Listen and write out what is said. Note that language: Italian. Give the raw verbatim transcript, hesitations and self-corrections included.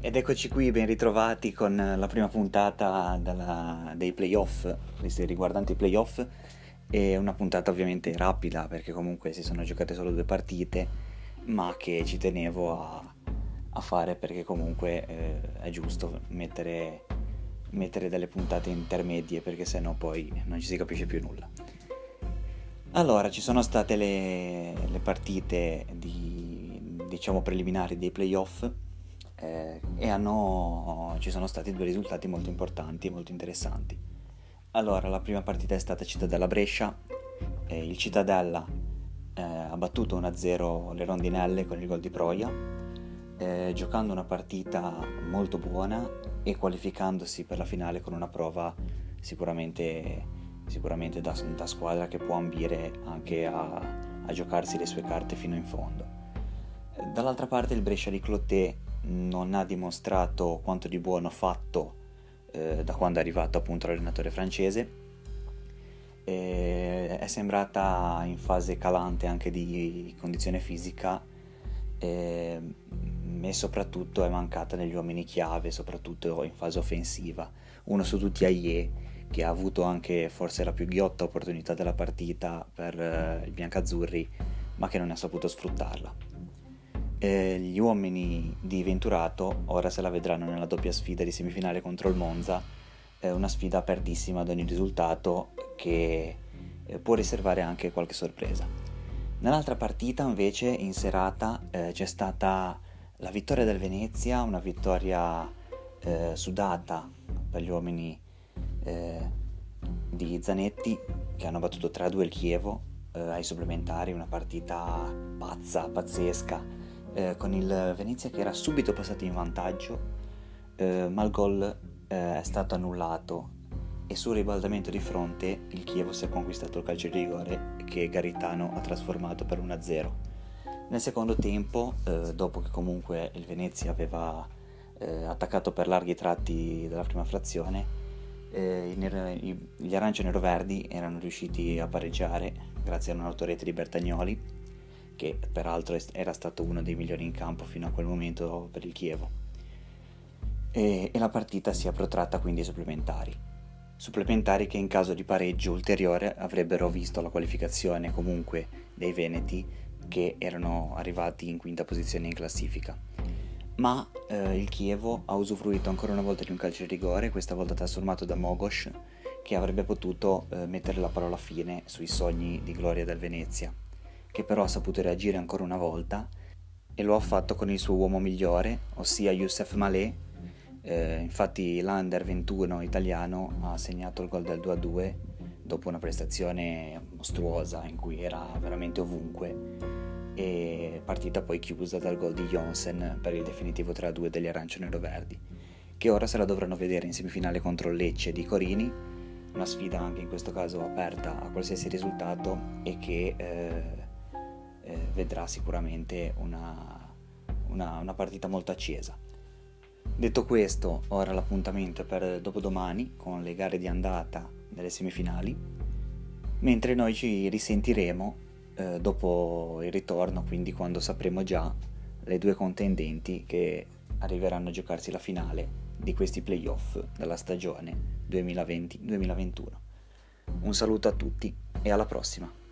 Ed eccoci qui, ben ritrovati con la prima puntata della- dei playoff, questi riguardanti i playoff, e una puntata ovviamente rapida perché comunque si sono giocate solo due partite, ma che ci tenevo a, a fare perché comunque eh, è giusto mettere, mettere delle puntate intermedie perché sennò poi non ci si capisce più nulla. Allora, ci sono state le, le partite di, diciamo, preliminari dei playoff eh, e hanno, ci sono stati due risultati molto importanti e molto interessanti. Allora, la prima partita è stata Cittadella-Brescia, eh, il Cittadella eh, ha battuto uno a zero le rondinelle con il gol di Proia, eh, giocando una partita molto buona e qualificandosi per la finale con una prova sicuramente sicuramente da, da squadra che può ambire anche a, a giocarsi le sue carte fino in fondo. Dall'altra parte il Brescia di Clotet non ha dimostrato quanto di buono fatto eh, da quando è arrivato appunto l'allenatore francese. E è sembrata in fase calante anche di condizione fisica e, e soprattutto è mancata negli uomini chiave, soprattutto in fase offensiva. Uno su tutti Aie, che ha avuto anche forse la più ghiotta opportunità della partita per eh, i biancazzurri, ma che non ha saputo sfruttarla. Eh, gli uomini di Venturato ora se la vedranno nella doppia sfida di semifinale contro il Monza, eh, una sfida apertissima ad ogni risultato che eh, può riservare anche qualche sorpresa. Nell'altra partita invece in serata eh, c'è stata la vittoria del Venezia, una vittoria eh, sudata per gli uomini eh, di Zanetti, che hanno battuto tre a due il Chievo eh, ai supplementari, una partita pazza, pazzesca, eh, con il Venezia che era subito passato in vantaggio, eh, ma il gol eh, è stato annullato e sul ribaldamento di fronte il Chievo si è conquistato il calcio di rigore che Garitano ha trasformato per uno a zero. Nel secondo tempo, eh, dopo che comunque il Venezia aveva eh, attaccato per larghi tratti della prima frazione, eh, i nero, i, gli arancio-nero-verdi erano riusciti a pareggiare grazie a un'autorete di Bertagnoli, che peraltro era stato uno dei migliori in campo fino a quel momento per il Chievo, e, e la partita si è protratta quindi ai supplementari. Supplementari che in caso di pareggio ulteriore avrebbero visto la qualificazione comunque dei veneti, che erano arrivati in quinta posizione in classifica. Ma eh, il Chievo ha usufruito ancora una volta di un calcio di rigore, questa volta trasformato da Mogos, che avrebbe potuto eh, mettere la parola fine sui sogni di gloria del Venezia, che però ha saputo reagire ancora una volta e lo ha fatto con il suo uomo migliore, ossia Youssef Malé. Eh, infatti l'Under ventuno italiano ha segnato il gol del due a due dopo una prestazione mostruosa in cui era veramente ovunque, e partita poi chiusa dal gol di Jonsen per il definitivo tre a due degli arancio-nero-verdi, che ora se la dovranno vedere in semifinale contro il Lecce di Corini, una sfida anche in questo caso aperta a qualsiasi risultato e che eh, eh, vedrà sicuramente una, una, una partita molto accesa. Detto questo, ora l'appuntamento è per dopodomani con le gare di andata delle semifinali, mentre noi ci risentiremo eh, dopo il ritorno, quindi quando sapremo già le due contendenti che arriveranno a giocarsi la finale di questi playoff della stagione duemilaventi duemilaventuno. Un saluto a tutti e alla prossima!